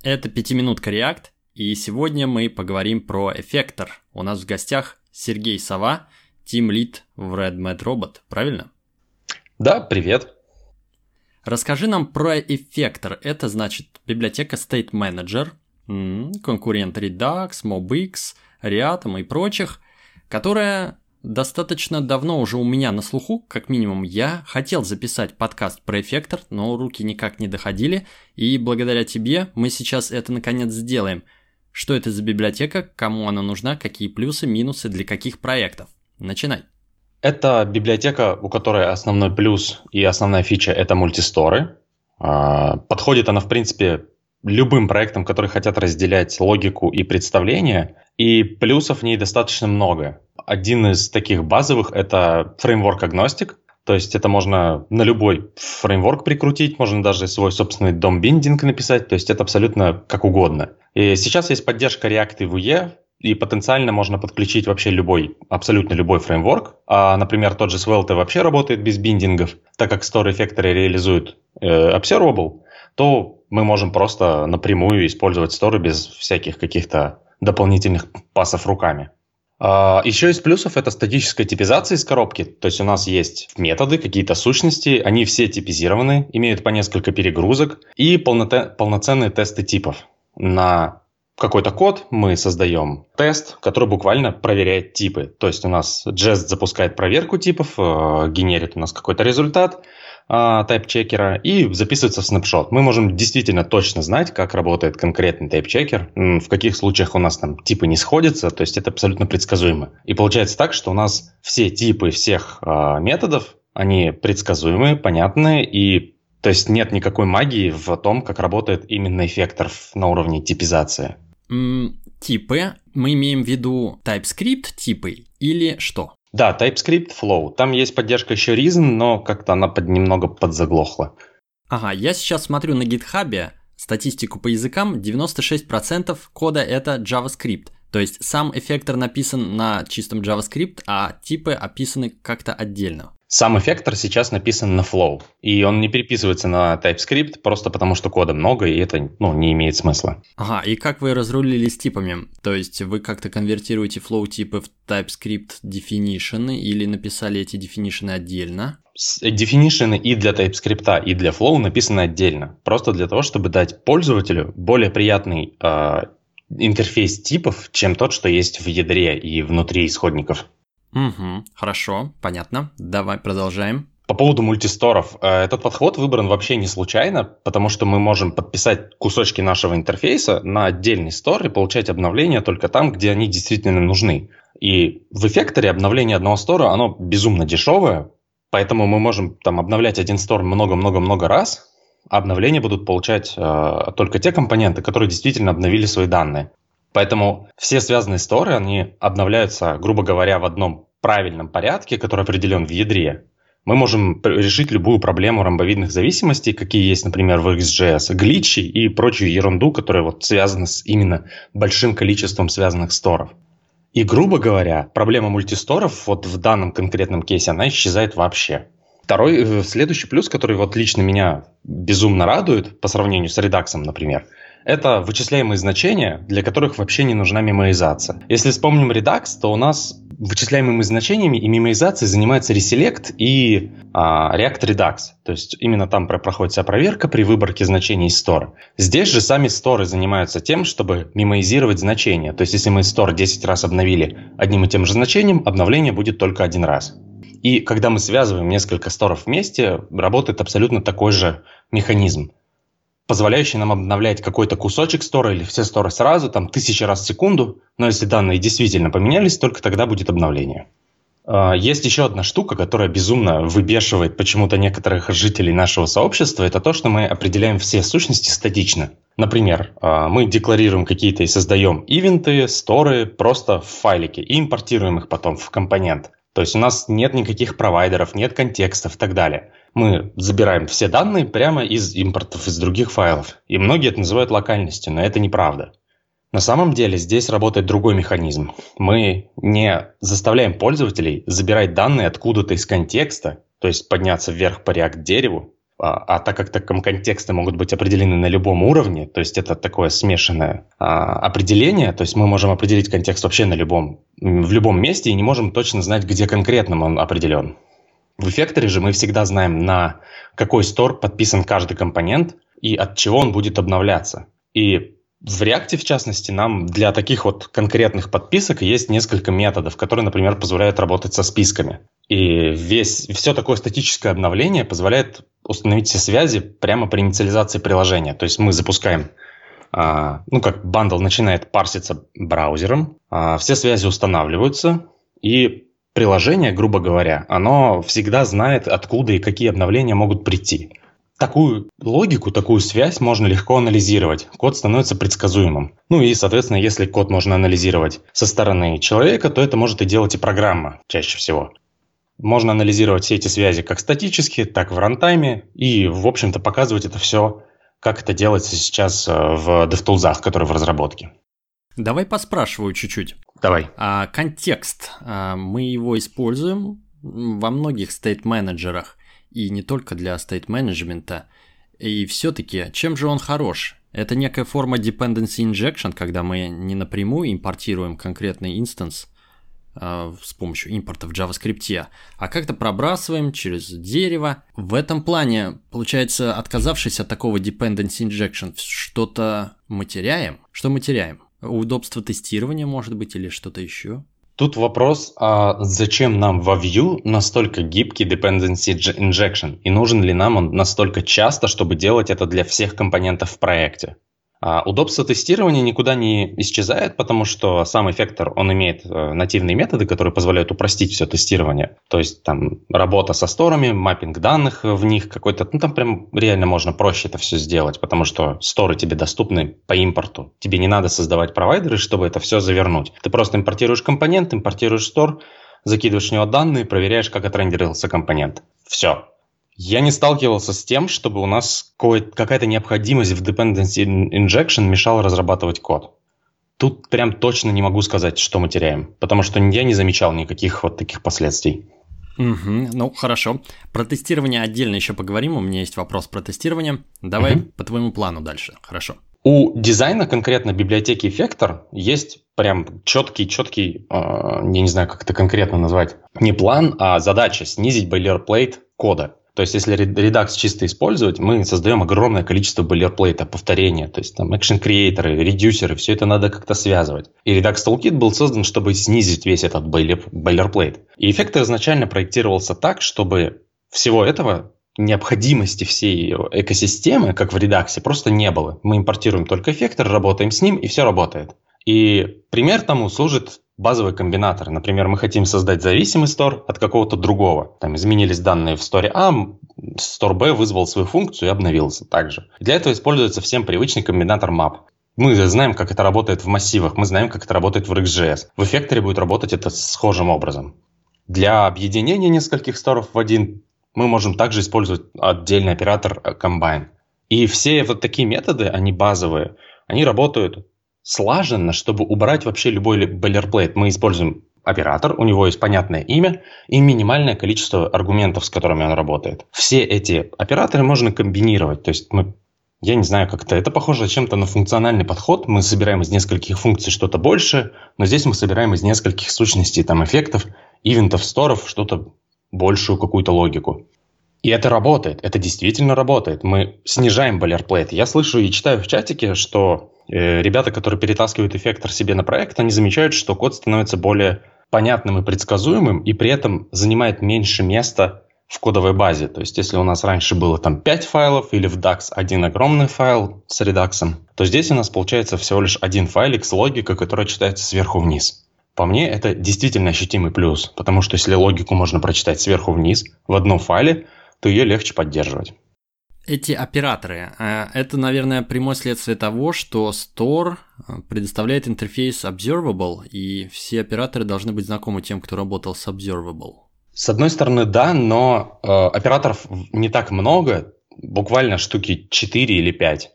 Это «Пятиминутка React», и сегодня мы поговорим про Effector. У нас в гостях Сергей Сова, тим-лид в Red Mat Robot, правильно? Да, привет. Расскажи нам про Effector. Это значит библиотека State Manager, конкурент Redux, MobX, Reatom и прочих, которая достаточно давно уже у меня на слуху. Как минимум, я хотел записать подкаст про Effector, но руки никак не доходили, и благодаря тебе мы сейчас это наконец сделаем. Что это за библиотека, кому она нужна, какие плюсы, минусы, для каких проектов? Начинай. Это библиотека, у которой основной плюс и основная фича – это мультисторы. Подходит она, в принципе, любым проектам, которые хотят разделять логику и представление, и плюсов в ней достаточно много. Один из таких базовых – это фреймворк-агностик, то есть это можно на любой фреймворк прикрутить, можно даже свой собственный дом-биндинг написать, то есть это абсолютно как угодно. И сейчас есть поддержка React и Vue, и потенциально можно подключить вообще абсолютно любой фреймворк. Например, тот же Svelte вообще работает без биндингов, так как Store Effector реализует Observable, то мы можем просто напрямую использовать Store без всяких каких-то дополнительных пасов руками. Еще из плюсов это статическая типизация из коробки. То есть у нас есть методы, какие-то сущности, они все типизированы, имеют по несколько перегрузок и полноценные тесты типов. На какой-то код мы создаем тест, который буквально проверяет типы. То есть у нас Jest запускает проверку типов, генерит у нас какой-то результат тайп-чекера и записывается в снапшот. Мы можем действительно точно знать, как работает конкретный тайп-чекер, в каких случаях у нас там типы не сходятся, то есть это абсолютно предсказуемо. И получается так, что у нас все типы всех методов, они предсказуемые, понятные, и то есть нет никакой магии в том, как работает именно Effector на уровне типизации. Типы, мы имеем в виду TypeScript типы или что? Да, TypeScript, Flow. Там есть поддержка еще Reason, но как-то она немного подзаглохла. Ага, я сейчас смотрю на GitHub статистику по языкам, 96% кода это JavaScript. То есть сам Effector написан на чистом JavaScript, а типы описаны как-то отдельно. Сам Effector сейчас написан на Flow, и он не переписывается на TypeScript просто потому, что кода много, и это не имеет смысла. Ага, и как вы разрулили с типами? То есть вы как-то конвертируете Flow типы в TypeScript definition или написали эти definition отдельно? Definition и для TypeScript, и для Flow написаны отдельно, просто для того, чтобы дать пользователю более приятный интерфейс типов, чем тот, что есть в ядре и внутри исходников. Угу, хорошо, понятно. Давай продолжаем. По поводу мультисторов. Этот подход выбран вообще не случайно, потому что мы можем подписать кусочки нашего интерфейса на отдельный стор и получать обновления только там, где они действительно нужны. И в Effector обновление одного стора, оно безумно дешевое, поэтому мы можем там обновлять один стор много-много-много раз, а обновления будут получать только те компоненты, которые действительно обновили свои данные. Поэтому все связанные сторы, они обновляются, грубо говоря, в одном правильном порядке, который определен в ядре. Мы можем решить любую проблему ромбовидных зависимостей, какие есть, например, в XJS, гличи и прочую ерунду, которая связана с именно большим количеством связанных сторов. И, грубо говоря, проблема мультисторов в данном конкретном кейсе, она исчезает вообще. Следующий плюс, который лично меня безумно радует по сравнению с Redux, например, это вычисляемые значения, для которых вообще не нужна мемоизация. Если вспомним Redux, то у нас вычисляемыми значениями и мемоизацией занимается Reselect и React Redux. То есть именно там проходит вся проверка при выборке значений из стора. Здесь же сами сторы занимаются тем, чтобы мемоизировать значения. То есть если мы стор 10 раз обновили одним и тем же значением, обновление будет только один раз. И когда мы связываем несколько сторов вместе, работает абсолютно такой же механизм, позволяющий нам обновлять какой-то кусочек стора или все сторы сразу, там 1000 раз в секунду, но если данные действительно поменялись, только тогда будет обновление. Есть еще одна штука, которая безумно выбешивает почему-то некоторых жителей нашего сообщества, это то, что мы определяем все сущности статично. Например, мы декларируем какие-то и создаем ивенты, сторы просто в файлике и импортируем их потом в компонент. То есть у нас нет никаких провайдеров, нет контекстов и так далее. Мы забираем все данные прямо из импортов из других файлов. И многие это называют локальностью, но это неправда. На самом деле здесь работает другой механизм. Мы не заставляем пользователей забирать данные откуда-то из контекста, то есть подняться вверх по React-дереву, так как контексты могут быть определены на любом уровне, то есть это такое смешанное определение, то есть мы можем определить контекст вообще в любом месте и не можем точно знать, где конкретно он определен. В эффекторе же мы всегда знаем, на какой стор подписан каждый компонент и от чего он будет обновляться. И в React, в частности, нам для таких вот конкретных подписок есть несколько методов, которые, например, позволяют работать со списками. И все такое статическое обновление позволяет установить все связи прямо при инициализации приложения. То есть мы запускаем, как бандл начинает парситься браузером, все связи устанавливаются, и приложение, грубо говоря, оно всегда знает, откуда и какие обновления могут прийти. Такую логику, такую связь можно легко анализировать. Код становится предсказуемым. И, соответственно, если код можно анализировать со стороны человека, то это может и делать и программа чаще всего. Можно анализировать все эти связи как статически, так в рантайме и, в общем-то, показывать это все, как это делается сейчас в DevTools, которые в разработке. Давай поспрашиваю чуть-чуть. Давай. Контекст. Мы его используем во многих стейт-менеджерах. И не только для стейт-менеджмента. И все-таки, чем же он хорош? Это некая форма dependency injection, когда мы не напрямую импортируем конкретный инстанс с помощью импорта в JavaScript, а как-то пробрасываем через дерево. В этом плане, получается, отказавшись от такого dependency injection, что-то мы теряем? Что мы теряем? Удобство тестирования, может быть, или что-то еще? Тут вопрос, зачем нам во Vue настолько гибкий dependency injection? И нужен ли нам он настолько часто, чтобы делать это для всех компонентов в проекте? Удобство тестирования никуда не исчезает, потому что сам эффектор, он имеет нативные методы, которые позволяют упростить все тестирование. То есть там работа со сторами, маппинг данных в них какой-то, там прям реально можно проще это все сделать, потому что сторы тебе доступны по импорту. Тебе не надо создавать провайдеры, чтобы это все завернуть. Ты просто импортируешь компонент, импортируешь стор, закидываешь в него данные, проверяешь, как отрендерился компонент. Все. Я не сталкивался с тем, чтобы у нас какая-то необходимость в dependency injection мешала разрабатывать код. Тут прям точно не могу сказать, что мы теряем, потому что я не замечал никаких вот таких последствий. Хорошо. Про тестирование отдельно еще поговорим, у меня есть вопрос про тестирование. Давай по твоему плану дальше, хорошо. У дизайна, конкретно библиотеки Effector, есть прям четкий, я не знаю, как это конкретно назвать, не план, а задача снизить boilerplate кода. То есть, если Redux чисто использовать, мы создаем огромное количество boilerplate, повторения, то есть там action-креаторы, редюсеры, все это надо как-то связывать. И Redux Toolkit был создан, чтобы снизить весь этот boilerplate. И Effector изначально проектировался так, чтобы всего этого, необходимости всей экосистемы, как в Redux, просто не было. Мы импортируем только Effector, работаем с ним, и все работает. И пример тому служит базовый комбинатор. Например, мы хотим создать зависимый стор от какого-то другого. Там изменились данные в сторе А, стор Б вызвал свою функцию и обновился также. Для этого используется всем привычный комбинатор map. Мы знаем, как это работает в массивах, мы знаем, как это работает в RxJS. В эффекторе будет работать это схожим образом. Для объединения нескольких сторов в один мы можем также использовать отдельный оператор combine. И все вот такие методы, они базовые, они работают слаженно, чтобы убрать вообще любой boilerplate. Мы используем оператор, у него есть понятное имя и минимальное количество аргументов, с которыми он работает. Все эти операторы можно комбинировать. То есть я не знаю, как это похоже чем-то на функциональный подход. Мы собираем из нескольких функций что-то больше, но здесь мы собираем из нескольких сущностей, там, эффектов, ивентов, сторов, что-то большую какую-то логику. И это работает, это действительно работает. Мы снижаем boilerplate. Я слышу и читаю в чатике, что ребята, которые перетаскивают эффектор себе на проект, они замечают, что код становится более понятным и предсказуемым, и при этом занимает меньше места в кодовой базе. То есть, если у нас раньше было там 5 файлов или в DAX один огромный файл с редаксом, то здесь у нас получается всего лишь один файлик с логикой, которая читается сверху вниз. По мне, это действительно ощутимый плюс, потому что если логику можно прочитать сверху вниз в одном файле, то ее легче поддерживать. Эти операторы, это, наверное, прямое следствие того, что Store предоставляет интерфейс Observable, и все операторы должны быть знакомы тем, кто работал с Observable. С одной стороны, да, но операторов не так много, буквально штуки 4 или 5.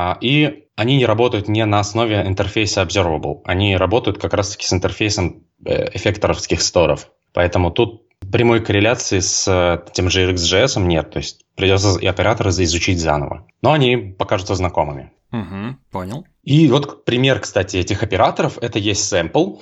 И они не работают не на основе интерфейса Observable, они работают как раз-таки с интерфейсом эффекторовских сторов. Поэтому тут прямой корреляции с тем же RxJS нет. То есть придется и операторы изучить заново. Но они покажутся знакомыми. Угу, понял. И вот пример, кстати, этих операторов. Это есть sample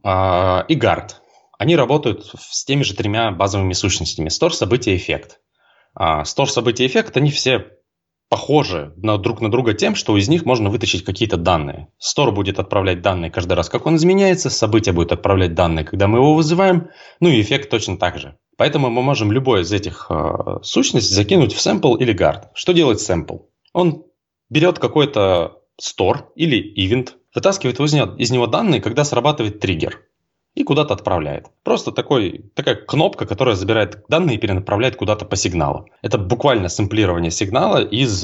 и guard. Они работают с теми же тремя базовыми сущностями. Store, событие, эффект. Store, событие, эффект, они все похожи друг на друга тем, что из них можно вытащить какие-то данные. Store будет отправлять данные каждый раз, как он изменяется. Событие будет отправлять данные, когда мы его вызываем. Ну и эффект точно так же. Поэтому мы можем любой из этих сущностей закинуть в sample или guard. Что делает sample? Он берет какой-то store или event, вытаскивает из него данные, когда срабатывает триггер, и куда-то отправляет. Просто такая кнопка, которая забирает данные и перенаправляет куда-то по сигналу. Это буквально сэмплирование сигнала из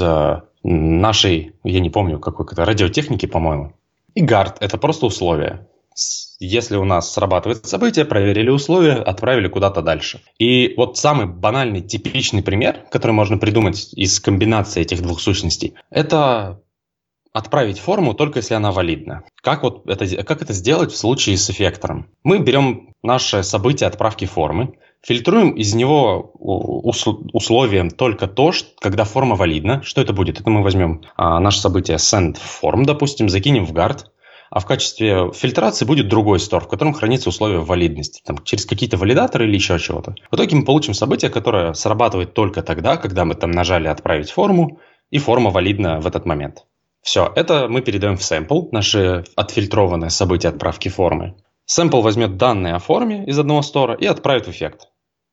нашей, я не помню, какой-то радиотехники, по-моему. И guard – это просто условие. Если у нас срабатывает событие, проверили условия, отправили куда-то дальше. И вот самый банальный, типичный пример, который можно придумать из комбинации этих двух сущностей, это отправить форму, только если она валидна. Как это сделать в случае с эффектором? Мы берем наше событие отправки формы, фильтруем из него условием только то, когда форма валидна. Что это будет? Это мы возьмем наше событие sendForm, допустим, закинем в guard, а в качестве фильтрации будет другой store, в котором хранится условие валидности, там, через какие-то валидаторы или еще чего-то. В итоге мы получим событие, которое срабатывает только тогда, когда мы там нажали «Отправить форму», и форма валидна в этот момент. Все, это мы передаем в sample, наше отфильтрованное событие отправки формы. Sample возьмет данные о форме из одного стора и отправит в эффект.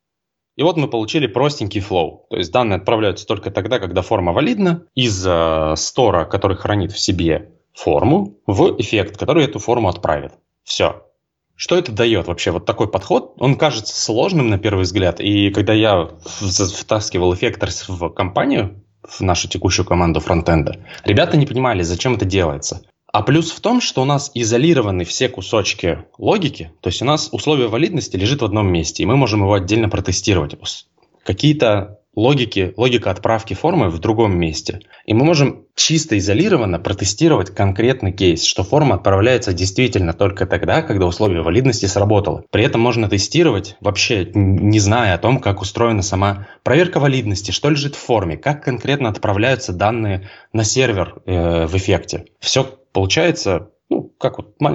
И вот мы получили простенький flow. То есть данные отправляются только тогда, когда форма валидна, из стора, который хранит в себе форму, в эффект, который эту форму отправит. Все. Что это дает вообще? Вот такой подход, он кажется сложным на первый взгляд. И когда я втаскивал эффектор в компанию, в нашу текущую команду фронтенда, ребята не понимали, зачем это делается. А плюс в том, что у нас изолированы все кусочки логики, то есть у нас условие валидности лежит в одном месте, и мы можем его отдельно протестировать. Какие-то логика отправки формы в другом месте. И мы можем чисто изолированно протестировать конкретный кейс, что форма отправляется действительно только тогда, когда условие валидности сработало. При этом можно тестировать, вообще не зная о том, как устроена сама проверка валидности, что лежит в форме, как конкретно отправляются данные на сервер в эффекте. Все получается как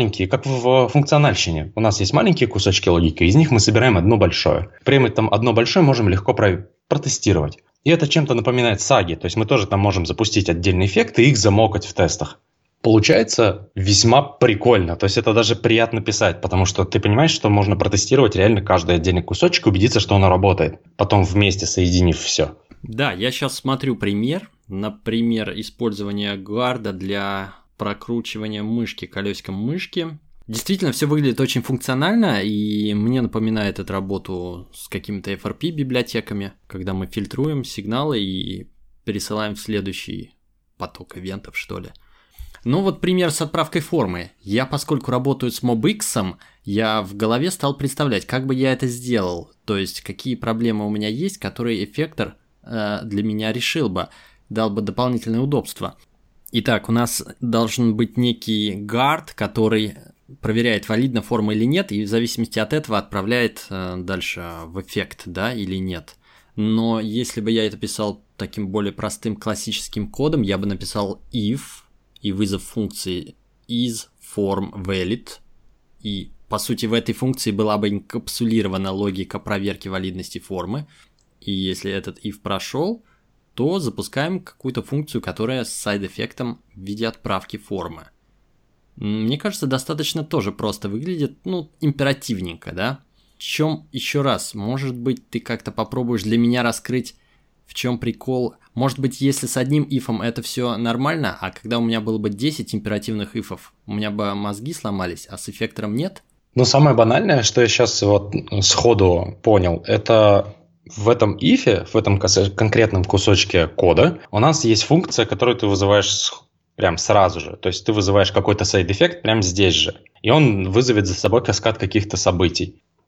в функциональщине. У нас есть маленькие кусочки логики, из них мы собираем одно большое. При этом одно большое можем легко протестировать. И это чем-то напоминает саги, то есть мы тоже там можем запустить отдельные эффекты и их замокать в тестах. Получается весьма прикольно, то есть это даже приятно писать, потому что ты понимаешь, что можно протестировать реально каждый отдельный кусочек, убедиться, что оно работает, потом вместе соединив все. Да, я сейчас смотрю пример, например, использование гарда для прокручивания мышки колесиком мышки. Действительно, все выглядит очень функционально, и мне напоминает эту работу с какими-то FRP-библиотеками, когда мы фильтруем сигналы и пересылаем в следующий поток ивентов, что ли. Ну вот пример с отправкой формы. Поскольку работаю с MobX, я в голове стал представлять, как бы я это сделал. То есть, какие проблемы у меня есть, которые эффектор для меня решил бы, дал бы дополнительное удобство. Итак, у нас должен быть некий guard, который проверяет, валидна форма или нет, и в зависимости от этого отправляет дальше в эффект, да, или нет. Но если бы я это писал таким более простым классическим кодом, я бы написал if и вызов функции isFormValid, и по сути в этой функции была бы инкапсулирована логика проверки валидности формы, и если этот if прошел, то запускаем какую-то функцию, которая с сайд-эффектом в виде отправки формы. Мне кажется, достаточно тоже просто выглядит, императивненько, да? В чем, еще раз, может быть, ты как-то попробуешь для меня раскрыть, в чем прикол? Может быть, если с одним ифом это все нормально, а когда у меня было бы 10 императивных ифов, у меня бы мозги сломались, а с эффектором нет? Самое банальное, что я сейчас сходу понял, это в этом ифе, в этом конкретном кусочке кода у нас есть функция, которую ты вызываешь прям сразу же. То есть ты вызываешь какой-то сайд-эффект прямо здесь же. И он вызовет за собой каскад каких-то событий.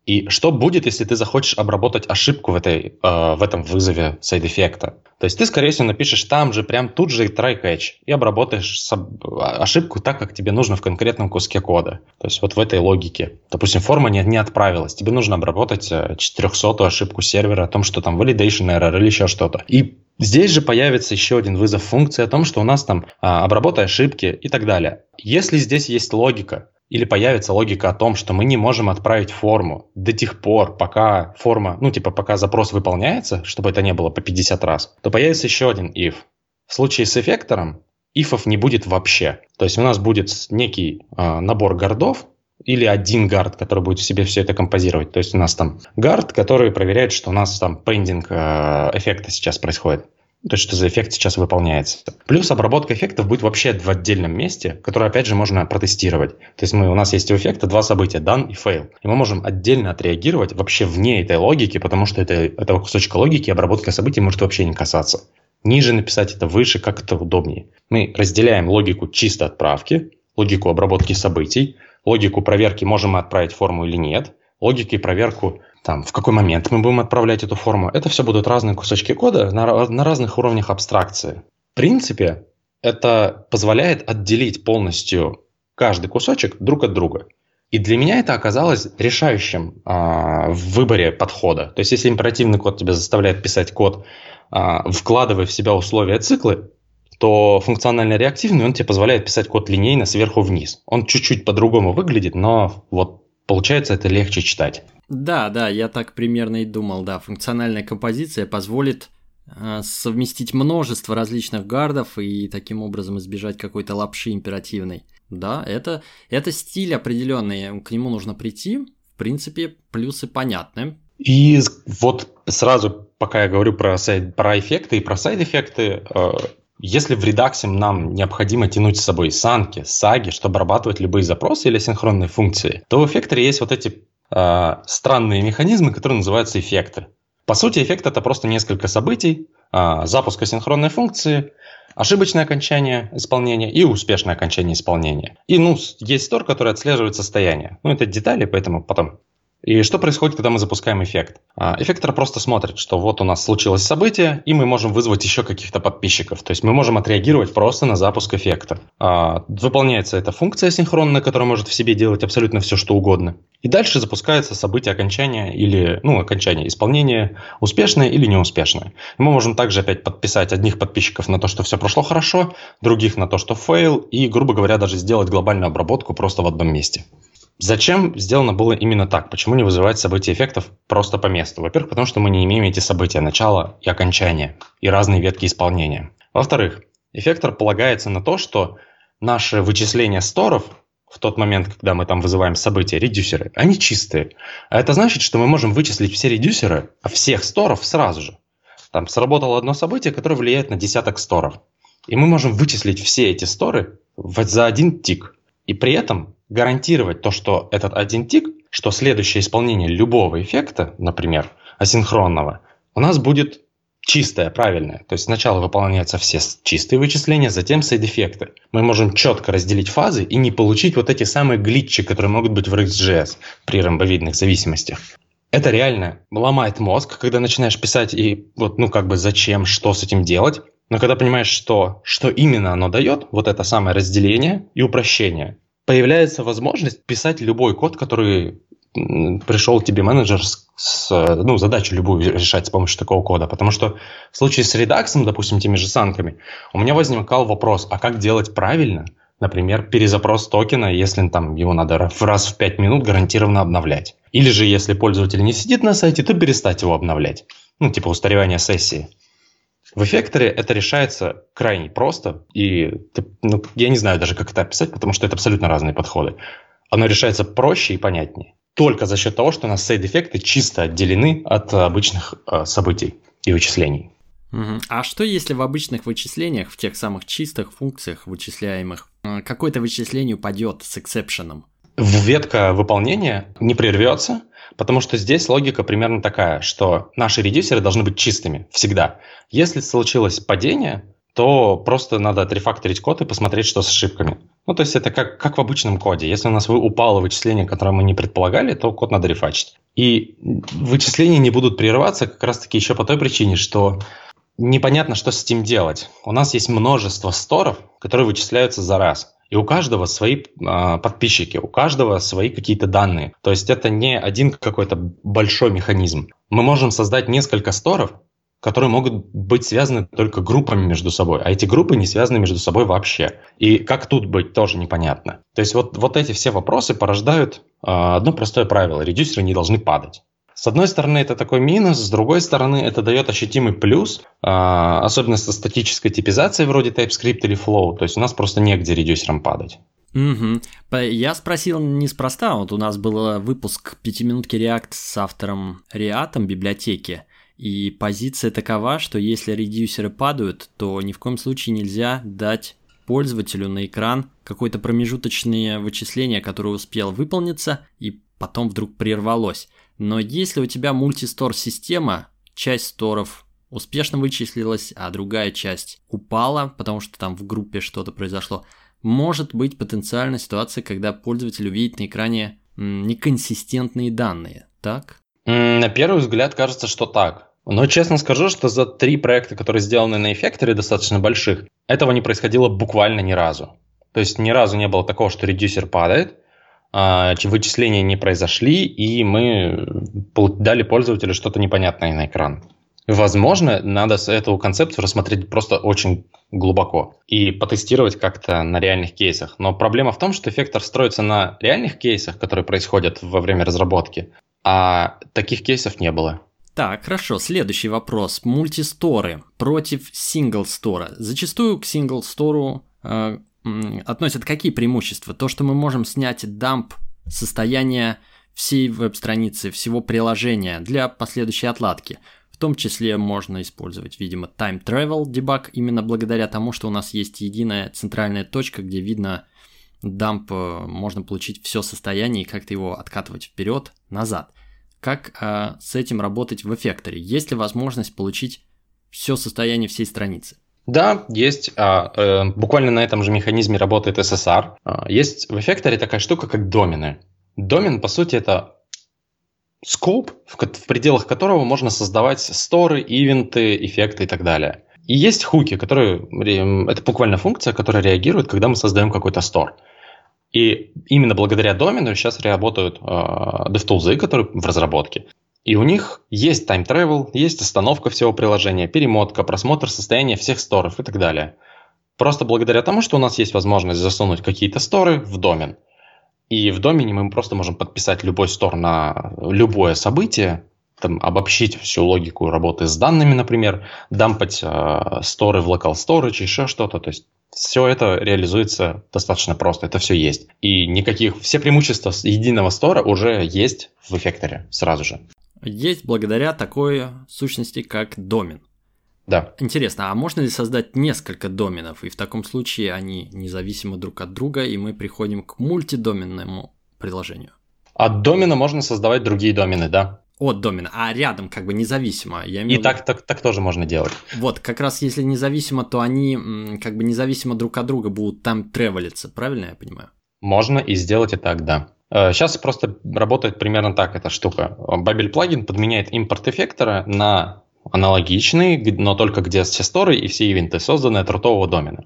И что будет, если ты захочешь обработать ошибку в этом вызове сайд-эффекта? То есть ты, скорее всего, напишешь там же, прям тут же try-catch и обработаешь ошибку так, как тебе нужно в конкретном куске кода. То есть вот в этой логике. Допустим, форма не отправилась. Тебе нужно обработать 400-ю ошибку сервера о том, что там validation error или еще что-то. И здесь же появится еще один вызов функции о том, что у нас там обработай ошибки и так далее. Если здесь есть логика, или появится логика о том, что мы не можем отправить форму до тех пор, пока форма, пока запрос выполняется, чтобы это не было по 50 раз, то появится еще один if. В случае с эффектором ифов не будет вообще. То есть у нас будет некий набор гардов или один гард, который будет в себе все это композировать. То есть у нас там гард, который проверяет, что у нас там пендинг эффекта сейчас происходит. То есть, что за эффект сейчас выполняется. Плюс обработка эффектов будет вообще в отдельном месте, которое, опять же, можно протестировать. То есть, у нас есть у эффекта два события, done и fail. И мы можем отдельно отреагировать вообще вне этой логики, потому что этого кусочка логики обработка событий может вообще не касаться. Ниже написать это, выше, как это удобнее. Мы разделяем логику чисто отправки, логику обработки событий, логику проверки, можем мы отправить форму или нет, логику и проверку, в какой момент мы будем отправлять эту форму. Это все будут разные кусочки кода на разных уровнях абстракции. В принципе, это позволяет отделить полностью каждый кусочек друг от друга. И для меня это оказалось решающим в выборе подхода. То есть, если императивный код тебя заставляет писать код, вкладывая в себя условия циклы, то функционально реактивный он тебе позволяет писать код линейно сверху вниз. Он чуть-чуть по-другому выглядит, но вот получается это легче читать. Да, я так примерно и думал, да. Функциональная композиция позволит совместить множество различных гардов и таким образом избежать какой-то лапши императивной. Да, это стиль определенный, к нему нужно прийти. В принципе, плюсы понятны. И вот сразу, пока я говорю про эффекты и про сайд-эффекты, если в редаксе нам необходимо тянуть с собой санки, саги, чтобы обрабатывать любые запросы или синхронные функции, то в эффекторе есть вот эти странные механизмы, которые называются эффекты. По сути, эффект – это просто несколько событий, запуск асинхронной функции, ошибочное окончание исполнения и успешное окончание исполнения. И есть стор, который отслеживает состояние. Это детали, поэтому потом. И что происходит, когда мы запускаем эффект? Эффектор просто смотрит, что вот у нас случилось событие, и мы можем вызвать еще каких-то подписчиков. То есть мы можем отреагировать просто на запуск эффекта. Выполняется эта функция синхронная, которая может в себе делать абсолютно все, что угодно. И дальше запускается событие окончания или окончание исполнения, успешное или неуспешное. И мы можем также опять подписать одних подписчиков на то, что все прошло хорошо, других на то, что фейл, и, грубо говоря, даже сделать глобальную обработку просто в одном месте. Зачем сделано было именно так? Почему не вызывать события эффектов просто по месту? Во-первых, потому что мы не имеем эти события начала и окончания, и разные ветки исполнения. Во-вторых, эффектор полагается на то, что наши вычисления сторов в тот момент, когда мы там вызываем события, редюсеры, они чистые. А это значит, что мы можем вычислить все редюсеры всех сторов сразу же. Там сработало одно событие, которое влияет на десяток сторов. И мы можем вычислить все эти сторы за один тик. И при этом гарантировать то, что этот один тик, что следующее исполнение любого эффекта, например, асинхронного, у нас будет чистое, правильное. То есть сначала выполняются все чистые вычисления, затем сайд-эффекты. Мы можем четко разделить фазы и не получить вот эти самые глитчи, которые могут быть в RxJS при ромбовидных зависимостях. Это реально ломает мозг, когда начинаешь писать и зачем, что с этим делать. Но когда понимаешь, что именно оно дает, вот это самое разделение и упрощение, появляется возможность писать любой код, который пришел тебе менеджер задачу любую решать с помощью такого кода. Потому что в случае с редаксом, допустим, теми же санками, у меня возникал вопрос, а как делать правильно, например, перезапрос токена, если там его надо раз в 5 минут гарантированно обновлять. Или же, если пользователь не сидит на сайте, то перестать его обновлять. Устаревание сессии. В эффекторе это решается крайне просто, и я не знаю даже, как это описать, потому что это абсолютно разные подходы. Оно решается проще и понятнее. Только за счет того, что у нас сайд-эффекты чисто отделены от обычных событий и вычислений. А что если в обычных вычислениях, в тех самых чистых функциях вычисляемых, какое-то вычисление упадет с эксепшеном? Ветка выполнения не прервется, потому что здесь логика примерно такая, что наши редюсеры должны быть чистыми всегда. Если случилось падение, то просто надо отрефакторить код и посмотреть, что с ошибками. Ну, то есть это как в обычном коде. Если у нас упало вычисление, которое мы не предполагали, то код надо рефачить. И вычисления не будут прерываться как раз-таки еще по той причине, что непонятно, что с этим делать. У нас есть множество сторов, которые вычисляются за раз. И у каждого свои подписчики, у каждого свои какие-то данные. То есть это не один какой-то большой механизм. Мы можем создать несколько сторов, которые могут быть связаны только группами между собой, а эти группы не связаны между собой вообще. И как тут быть, тоже непонятно. То есть вот эти все вопросы порождают одно простое правило. Редюсеры не должны падать. С одной стороны, это такой минус, с другой стороны, это дает ощутимый плюс, особенно со статической типизацией вроде TypeScript или Flow. То есть у нас просто негде редюсерам падать. Угу. Я спросил неспроста. Вот у нас был выпуск 5-минутки React с автором React библиотеки. И позиция такова, что если редюсеры падают, то ни в коем случае нельзя дать пользователю на экран какое-то промежуточное вычисление, которое успело выполниться и потом вдруг прервалось. Но если у тебя мультистор-система, часть сторов успешно вычислилась, а другая часть упала, потому что там в группе что-то произошло, может быть потенциальная ситуация, когда пользователь увидит на экране неконсистентные данные, так? На первый взгляд кажется, что так. Но честно скажу, что за 3 проекта, которые сделаны на Effector, достаточно больших, этого не происходило буквально ни разу. То есть ни разу не было такого, что редюсер падает, вычисления не произошли, и мы дали пользователю что-то непонятное на экран. Возможно, надо эту концепцию рассмотреть просто очень глубоко и потестировать как-то на реальных кейсах. Но проблема в том, что Effector строится на реальных кейсах, которые происходят во время разработки, а таких кейсов не было. Так, хорошо. Следующий вопрос. Мультисторы против синглстора. Зачастую к синглстору относят какие преимущества? То, что мы можем снять дамп состояния всей веб-страницы, всего приложения для последующей отладки. В том числе можно использовать, видимо, time travel debug именно благодаря тому, что у нас есть единая центральная точка, где видно дамп, можно получить все состояние и как-то его откатывать вперед, назад. Как с этим работать в Effector? Есть ли возможность получить все состояние всей страницы? Да, есть. Буквально на этом же механизме работает SSR. Есть в Effector такая штука, как домены. Домен, по сути, это скоп, в пределах которого можно создавать сторы, ивенты, эффекты и так далее. И есть хуки, это буквально функция, которая реагирует, когда мы создаем какой-то стор. И именно благодаря домену сейчас работают DevTools, которые в разработке. И у них есть time travel, есть остановка всего приложения, перемотка, просмотр состояния всех сторов и так далее. Просто благодаря тому, что у нас есть возможность засунуть какие-то сторы в домен. И в домене мы просто можем подписать любой стор на любое событие, там, обобщить всю логику работы с данными, например, дампать сторы в local storage, еще что-то. То есть все это реализуется достаточно просто, это все есть. И все преимущества единого стора уже есть в Effector сразу же. Есть благодаря такой сущности, как домен. Да. Интересно, а можно ли создать несколько доменов, и в таком случае они независимы друг от друга, и мы приходим к мультидоменному приложению? От домена можно создавать другие домены, да. От домена, а рядом как бы независимо. Так тоже можно делать. Вот, как раз если независимо, то они как бы независимо друг от друга будут там тревелиться, правильно я понимаю? Можно и сделать и так, да. Сейчас просто работает примерно так эта штука. Babel плагин подменяет импорт эффектора на аналогичный, но только где все сторы и все ивенты созданы от рутового домена.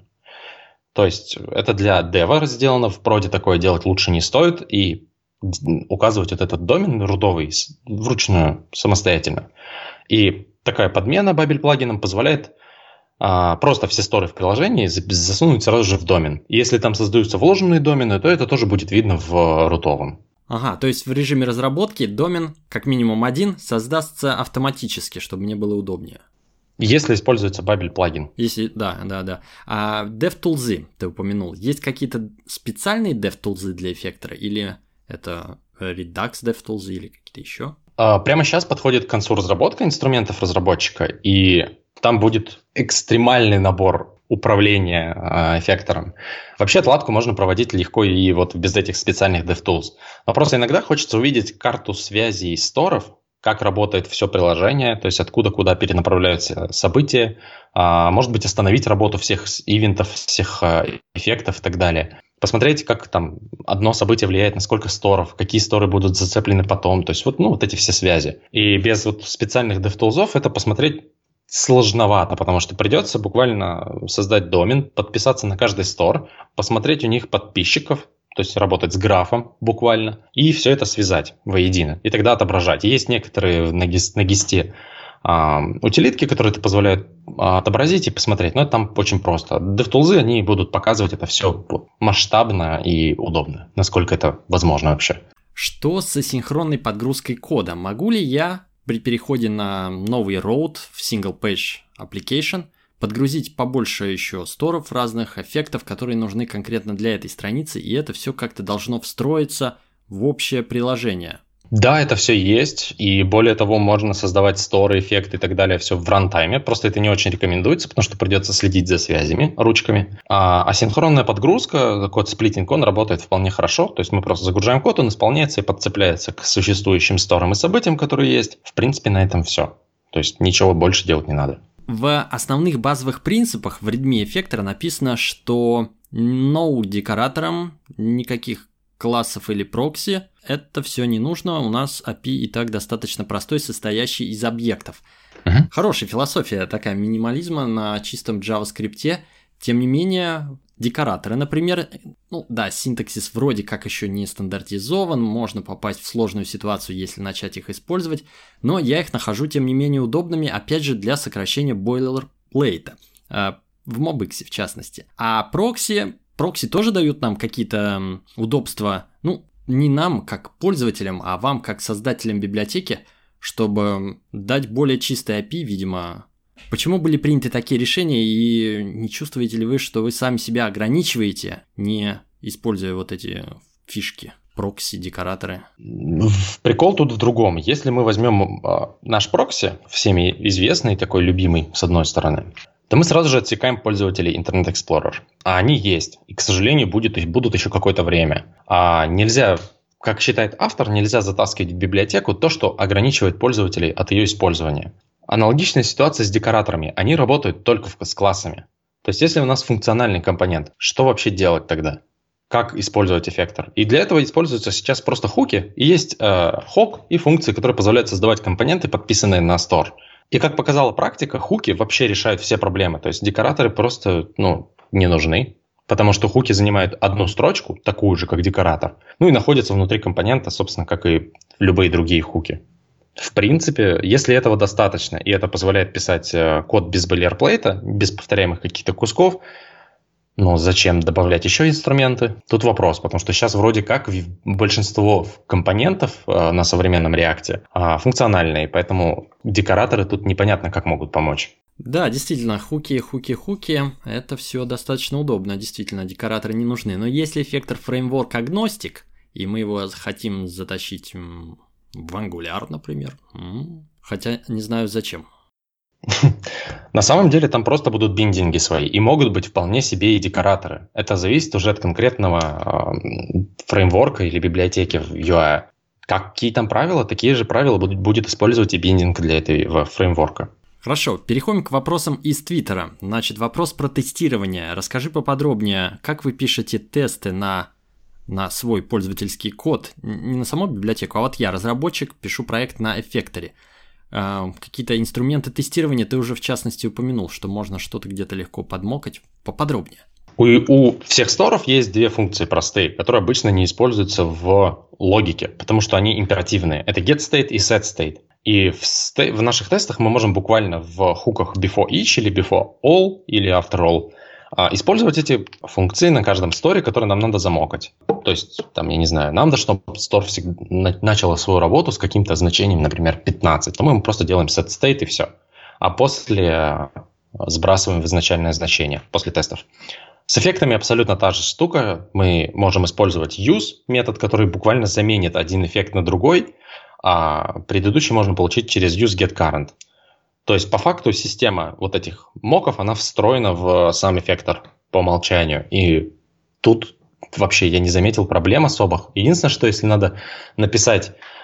То есть это для дева сделано, в проде такое делать лучше не стоит, и указывать вот этот домен рутовый вручную, самостоятельно. И такая подмена Babel плагином позволяет просто все сторы в приложении засунуть сразу же в домен. И если там создаются вложенные домены, то это тоже будет видно в рутовом. Ага, то есть в режиме разработки домен, как минимум один, создастся автоматически, чтобы мне было удобнее. Если используется Babel плагин. Да. А DevTools ты упомянул. Есть какие-то специальные DevTools для Effector? Или это Redux DevTools или какие-то еще? Прямо сейчас подходит к концу разработка инструментов разработчика, и там будет экстремальный набор управления эффектором. Вообще отладку можно проводить легко и вот без этих специальных DevTools. Но просто иногда хочется увидеть карту связей сторов, как работает все приложение, то есть откуда куда перенаправляются события, может быть, остановить работу всех ивентов, всех эффектов и так далее. посмотреть, как там одно событие влияет на сколько сторов, какие сторы будут зацеплены потом. То есть вот эти все связи. И без вот специальных DevTools это посмотреть сложновато, потому что придется буквально создать домен, подписаться на каждый стор, посмотреть у них подписчиков, то есть работать с графом буквально, и все это связать воедино, и тогда отображать. Есть некоторые на гисте утилитки, которые это позволяют отобразить и посмотреть, но это там очень просто. DevTools, они будут показывать это все масштабно и удобно, насколько это возможно вообще. Что с асинхронной подгрузкой кода? Могу ли я при переходе на новый road в Single Page Application подгрузить побольше еще сторов разных эффектов, которые нужны конкретно для этой страницы, и это все как-то должно встроиться в общее приложение? Да, это все есть, и более того, можно создавать сторы, эффекты и так далее, все в рантайме, просто это не очень рекомендуется, потому что придется следить за связями ручками. А асинхронная подгрузка, код-сплитинг, он работает вполне хорошо, то есть мы просто загружаем код, он исполняется и подцепляется к существующим сторам и событиям, которые есть. В принципе, на этом все, то есть ничего больше делать не надо. В основных базовых принципах в readme эффектора написано, что no декораторам, никаких классов или прокси, это все не нужно, у нас API и так достаточно простой, состоящий из объектов. Хорошая философия такая минимализма на чистом JavaScript. Тем не менее, декораторы, например, синтаксис вроде как еще не стандартизован, можно попасть в сложную ситуацию, если начать их использовать, но я их нахожу, тем не менее, удобными, опять же, для сокращения бойлерплейта, в MobX в частности. А прокси тоже дают нам какие-то удобства, не нам как пользователям, а вам как создателям библиотеки, чтобы дать более чистый API, видимо. Почему были приняты такие решения, и не чувствуете ли вы, что вы сами себя ограничиваете, не используя вот эти фишки, прокси, декораторы? Прикол тут в другом. Если мы возьмем наш прокси, всеми известный, такой любимый, с одной стороны, то мы сразу же отсекаем пользователей Internet Explorer. А они есть. И, к сожалению, будут еще какое-то время. А нельзя, как считает автор, нельзя затаскивать в библиотеку то, что ограничивает пользователей от ее использования. Аналогичная ситуация с декораторами. Они работают только с классами. То есть, если у нас функциональный компонент, что вообще делать тогда? Как использовать эффектор? И для этого используются сейчас просто хуки. И есть хок и функции, которые позволяют создавать компоненты, подписанные на стор. И как показала практика, хуки вообще решают все проблемы. То есть декораторы просто не нужны, потому что хуки занимают одну строчку, такую же, как декоратор, и находятся внутри компонента, собственно, как и любые другие хуки. В принципе, если этого достаточно, и это позволяет писать код без бойлерплейта, без повторяемых каких-то кусков, зачем добавлять еще инструменты? Тут вопрос, потому что сейчас вроде как большинство компонентов на современном React функциональные, поэтому декораторы тут непонятно, как могут помочь. Да, действительно, хуки, это все достаточно удобно, действительно, декораторы не нужны. Но если эффектор фреймворк агностик, и мы его хотим затащить в Angular, например, хотя не знаю зачем. На самом деле там просто будут биндинги свои, и могут быть вполне себе и декораторы. Это зависит уже от конкретного фреймворка или библиотеки в UI. Какие там правила, такие же правила будет использовать и биндинг для этого фреймворка. Хорошо, переходим к вопросам из Твиттера. Значит, вопрос про тестирование. Расскажи поподробнее, как вы пишете тесты на свой пользовательский код, не на саму библиотеку, а вот я, разработчик, пишу проект на эффекторе. Какие-то инструменты тестирования ты уже в частности упомянул, что можно что-то где-то легко подмокать. Поподробнее. У всех сторов есть две функции простые, которые обычно не используются в логике, потому что они императивные. Это getState и setState. И в наших тестах мы можем буквально в хуках before each или before all или after all использовать эти функции на каждом сторе, который нам надо замокать. То есть, я не знаю, нам надо, чтобы стор начал свою работу с каким-то значением, например, 15, то мы просто делаем setState и все. А после сбрасываем в изначальное значение, после тестов. С эффектами абсолютно та же штука. Мы можем использовать use метод, который буквально заменит один эффект на другой, а предыдущий можно получить через useGetCurrent. То есть, по факту, система вот этих моков, она встроена в сам эффектор по умолчанию. И тут вообще я не заметил проблем особых. Единственное, что если надо написать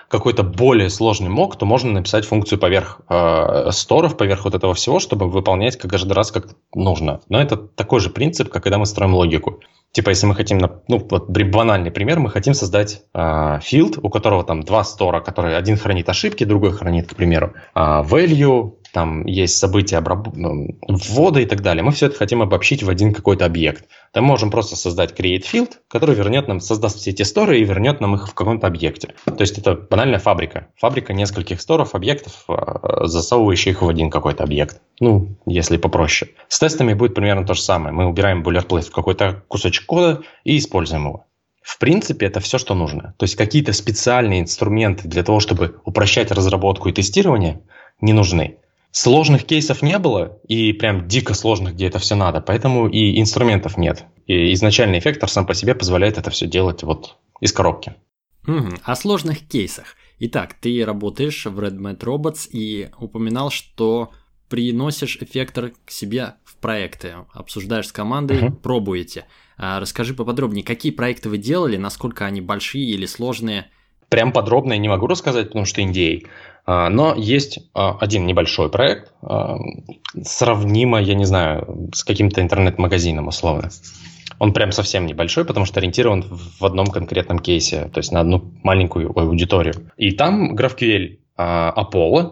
какой-то более сложный мок, то можно написать функцию поверх сторов, поверх вот этого всего, чтобы выполнять каждый раз как нужно. Но это такой же принцип, как когда мы строим логику. Типа, если мы хотим, вот банальный пример, мы хотим создать field, у которого там два стора, который один хранит ошибки, другой хранит, к примеру, value, там есть события ввода и так далее. Мы все это хотим обобщить в один какой-то объект. Там мы можем просто создать create field, который создаст все эти сторы и вернет нам их в каком-то объекте. То есть это банальная фабрика. Фабрика нескольких сторов, объектов, засовывающих их в один какой-то объект. Ну, если попроще. С тестами будет примерно то же самое. Мы убираем boilerplate в какой-то кусочек кода и используем его. В принципе, это все, что нужно. То есть какие-то специальные инструменты для того, чтобы упрощать разработку и тестирование, не нужны. Сложных кейсов не было, и прям дико сложных, где это все надо, поэтому и инструментов нет. И изначальный эффектор сам по себе позволяет это все делать вот из коробки. О сложных кейсах. Итак, ты работаешь в RedMat Robots и упоминал, что приносишь эффектор к себе в проекты, обсуждаешь с командой, пробуете. Расскажи поподробнее, какие проекты вы делали, насколько они большие или сложные? Прям подробно я не могу рассказать, потому что NDA. Но есть один небольшой проект, сравнимо, я не знаю, с каким-то интернет-магазином условно. Он прям совсем небольшой, потому что ориентирован в одном конкретном кейсе, то есть на одну маленькую аудиторию. И там GraphQL Apollo,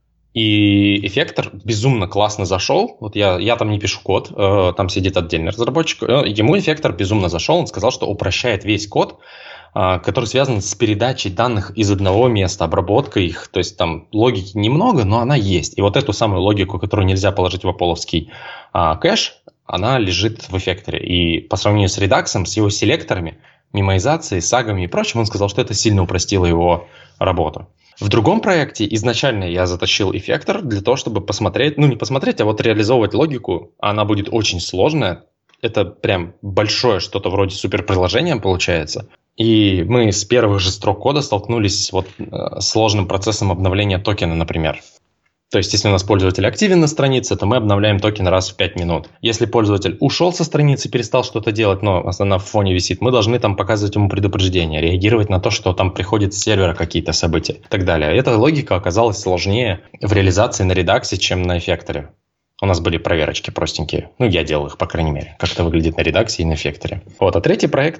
и эффектор безумно классно зашел. Вот я там не пишу код, там сидит отдельный разработчик. Ему эффектор безумно зашел, он сказал, что упрощает весь код, который связан с передачей данных из одного места, обработкой их. То есть там логики немного, но она есть. И вот эту самую логику, которую нельзя положить в аполловский кэш, она лежит в эффекторе. И по сравнению с Redux, с его селекторами, мемоизацией, сагами и прочим, он сказал, что это сильно упростило его работу. В другом проекте изначально я затащил эффектор для того, чтобы посмотреть, не посмотреть, а вот реализовывать логику. Она будет очень сложная. Это прям большое что-то вроде суперприложения получается. И мы с первых же строк кода столкнулись с сложным процессом обновления токена, например. То есть, если у нас пользователь активен на странице, то мы обновляем токен раз в 5 минут. Если пользователь ушел со страницы, перестал что-то делать, но она в фоне висит, мы должны там показывать ему предупреждение, реагировать на то, что там приходит с сервера какие-то события и так далее. Эта логика оказалась сложнее в реализации на редаксе, чем на эффекторе. У нас были проверочки простенькие. Я делал их, по крайней мере, как это выглядит на редаксе и на эффекторе. А третий проект,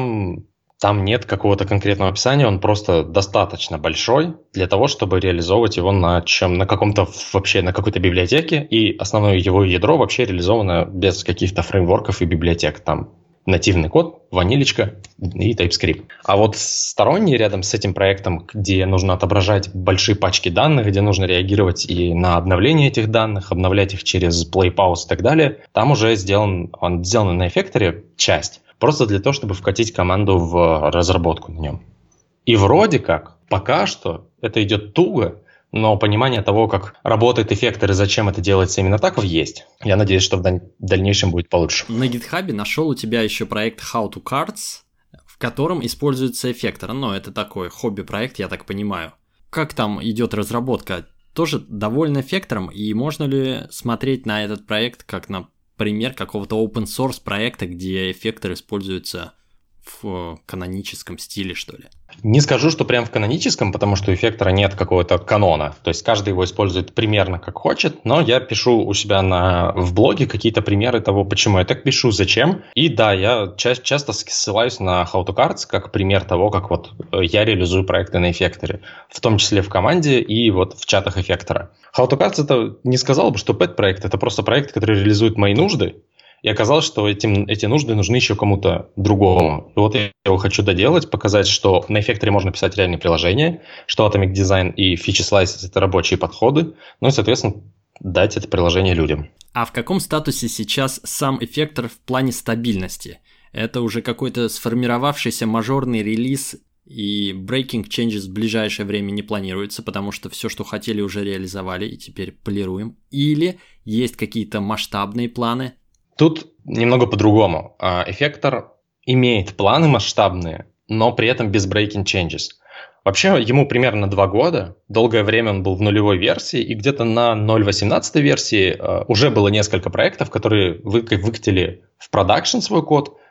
там нет какого-то конкретного описания, он просто достаточно большой для того, чтобы реализовывать его на какой-то библиотеке, и основное его ядро вообще реализовано без каких-то фреймворков и библиотек. Там нативный код, ванилечка и TypeScript. А вот сторонний рядом с этим проектом, где нужно отображать большие пачки данных, где нужно реагировать и на обновление этих данных, обновлять их через play, pause и так далее, там уже сделан на эффекторе часть. Просто для того, чтобы вкатить команду в разработку на нем. И вроде как, пока что, это идет туго, но понимание того, как работает эффектор и зачем это делается именно так, есть. Я надеюсь, что в дальнейшем будет получше. На GitHub нашел у тебя еще проект How to Cards, в котором используется эффектор. Это такой хобби-проект, я так понимаю. Как там идет разработка? Тоже довольно эффектором, и можно ли смотреть на этот проект как на пример какого-то open source проекта, где эффектор используется в каноническом стиле, что ли? Не скажу, что прям в каноническом, потому что у эффектора нет какого-то канона. То есть каждый его использует примерно как хочет, но я пишу у себя в блоге какие-то примеры того, почему я так пишу, зачем. И да, я часто ссылаюсь на How to Cards как пример того, как я реализую проекты на эффекторе, в том числе в команде и в чатах эффектора. How to Cards это не сказал бы, что pet-проект, это просто проект, который реализует мои нужды. И оказалось, что эти нужды нужны еще кому-то другому. И я его хочу доделать, показать, что на эффекторе можно писать реальные приложения, что Atomic Design и Feature Slices – это рабочие подходы, и, соответственно, дать это приложение людям. А в каком статусе сейчас сам эффектор в плане стабильности? Это уже какой-то сформировавшийся мажорный релиз, и breaking changes в ближайшее время не планируется, потому что все, что хотели, уже реализовали, и теперь полируем? Или есть какие-то масштабные планы? Тут немного по-другому. Эффектор имеет планы масштабные, но при этом без breaking changes. Вообще, ему примерно 2 года. Долгое время он был в нулевой версии, и где-то на 0.18 версии уже было несколько проектов, которые выкатили в продакшн свой код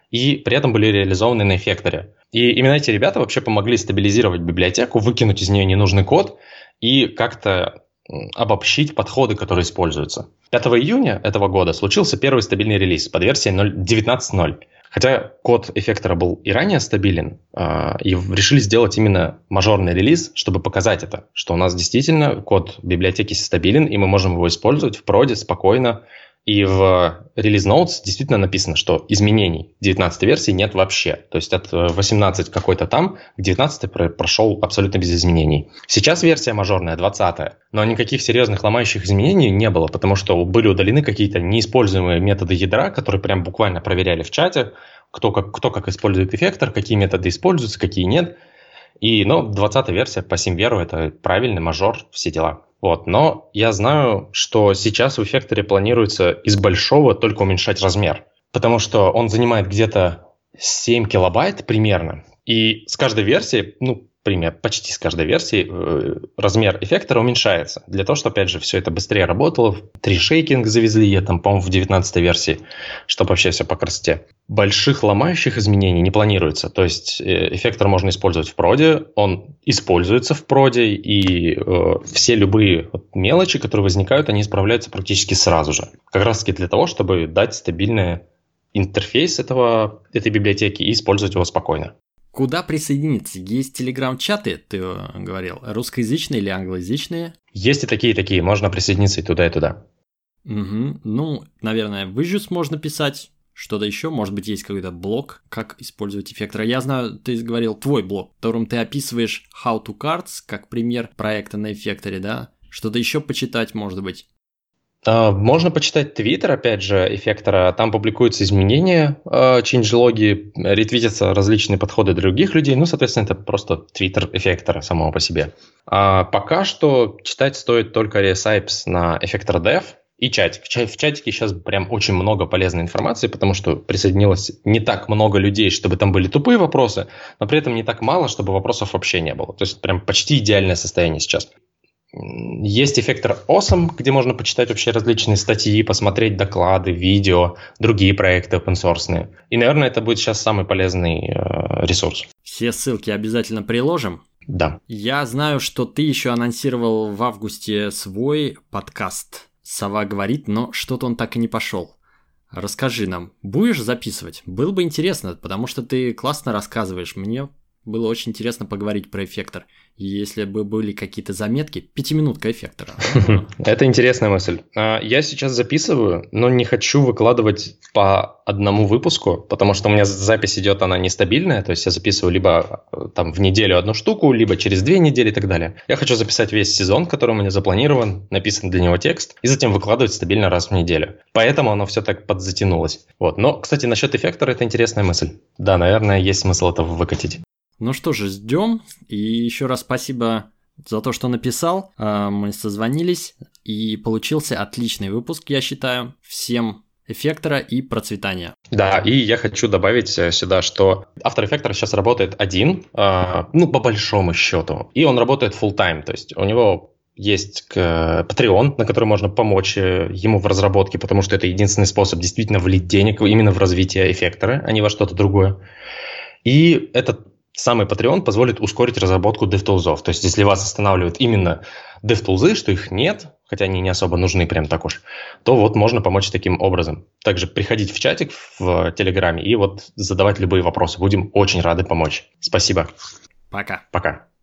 и при этом были реализованы на эффекторе. И именно эти ребята вообще помогли стабилизировать библиотеку, выкинуть из нее ненужный код и как-то обобщить подходы, которые используются. 5 июня этого года случился первый стабильный релиз под версией 19.0. Хотя код эффектора был и ранее стабилен, и решили сделать именно мажорный релиз, чтобы показать это, что у нас действительно код библиотеки стабилен, и мы можем его использовать в проде спокойно. И в Release Notes действительно написано, что изменений 19 версии нет вообще. То есть от 18 какой-то там к 19 прошел абсолютно без изменений. Сейчас версия мажорная 20, но никаких серьезных ломающих изменений не было, потому что были удалены какие-то неиспользуемые методы ядра, которые прям буквально проверяли в чате, кто как использует эффектор, какие методы используются, какие нет. Но 20 версия по Симверу это правильный мажор, все дела. Вот. Но я знаю, что сейчас в эффекторе планируется из большого только уменьшать размер, потому что он занимает где-то 7 килобайт примерно, и с каждой версией, почти с каждой версией размер эффектора уменьшается. Для того, чтобы, опять же, все это быстрее работало. 3-шейкинг завезли, по-моему, в 19 версии, чтобы вообще все по красоте. Больших ломающих изменений не планируется. То есть эффектор можно использовать в проде, он используется в проде, и все любые мелочи, которые возникают, они исправляются практически сразу же. Как раз-таки для того, чтобы дать стабильный интерфейс этой библиотеки и использовать его спокойно. Куда присоединиться? Есть телеграм-чаты, ты говорил, русскоязычные или англоязычные? Есть и такие. Можно присоединиться и туда, и туда. Угу. Наверное, в Visuals можно писать. Что-то еще? Может быть, есть какой-то блог, как использовать эффектор. Я знаю, ты говорил твой блог, в котором ты описываешь How to Cards, как пример проекта на эффекторе, да? Что-то еще почитать, может быть? Можно почитать твиттер, опять же, эффектора. Там публикуются изменения, changelog'и, ретвитятся различные подходы других людей. Соответственно, это просто твиттер эффектора самого по себе. Пока что читать стоит только ResIPes на эффектор Dev и чатик. В чатике сейчас прям очень много полезной информации, потому что присоединилось не так много людей, чтобы там были тупые вопросы, но при этом не так мало, чтобы вопросов вообще не было. То есть прям почти идеальное состояние сейчас. Есть эффектор Awesome, где можно почитать вообще различные статьи, посмотреть доклады, видео, другие проекты open-source. И, наверное, это будет сейчас самый полезный ресурс. Все ссылки обязательно приложим. Да. Я знаю, что ты еще анонсировал в августе свой подкаст «Сова говорит», но что-то он так и не пошел. Расскажи нам, будешь записывать? Было бы интересно, потому что ты классно рассказываешь. Мне было очень интересно поговорить про эффектор. Если бы были какие-то заметки, 5-минутка эффектора. Это интересная мысль. Я сейчас записываю, но не хочу выкладывать по одному выпуску, потому что у меня запись идет, она нестабильная, то есть я записываю либо там в неделю одну штуку, либо через 2 недели и так далее. Я хочу записать весь сезон, который у меня запланирован, написан для него текст, и затем выкладывать стабильно раз в неделю. Поэтому оно все так подзатянулось. Вот. Но, кстати, насчет эффектора это интересная мысль. Да, наверное, есть смысл это выкатить. Ну что же, ждем. И еще раз спасибо за то, что написал. Мы созвонились, и получился отличный выпуск, я считаю. Всем эффектора и процветания. Да, и я хочу добавить сюда, что автор эффектора сейчас работает один, по большому счету, и он работает full-time, то есть у него есть Patreon, на который можно помочь ему в разработке, потому что это единственный способ действительно влить денег именно в развитие эффектора, а не во что-то другое. И этот самый Patreon позволит ускорить разработку DevTools. То есть, если вас останавливают именно DevTools, что их нет, хотя они не особо нужны прям так уж, то вот можно помочь таким образом. Также приходить в чатик в Телеграме и вот задавать любые вопросы. Будем очень рады помочь. Спасибо. Пока. Пока.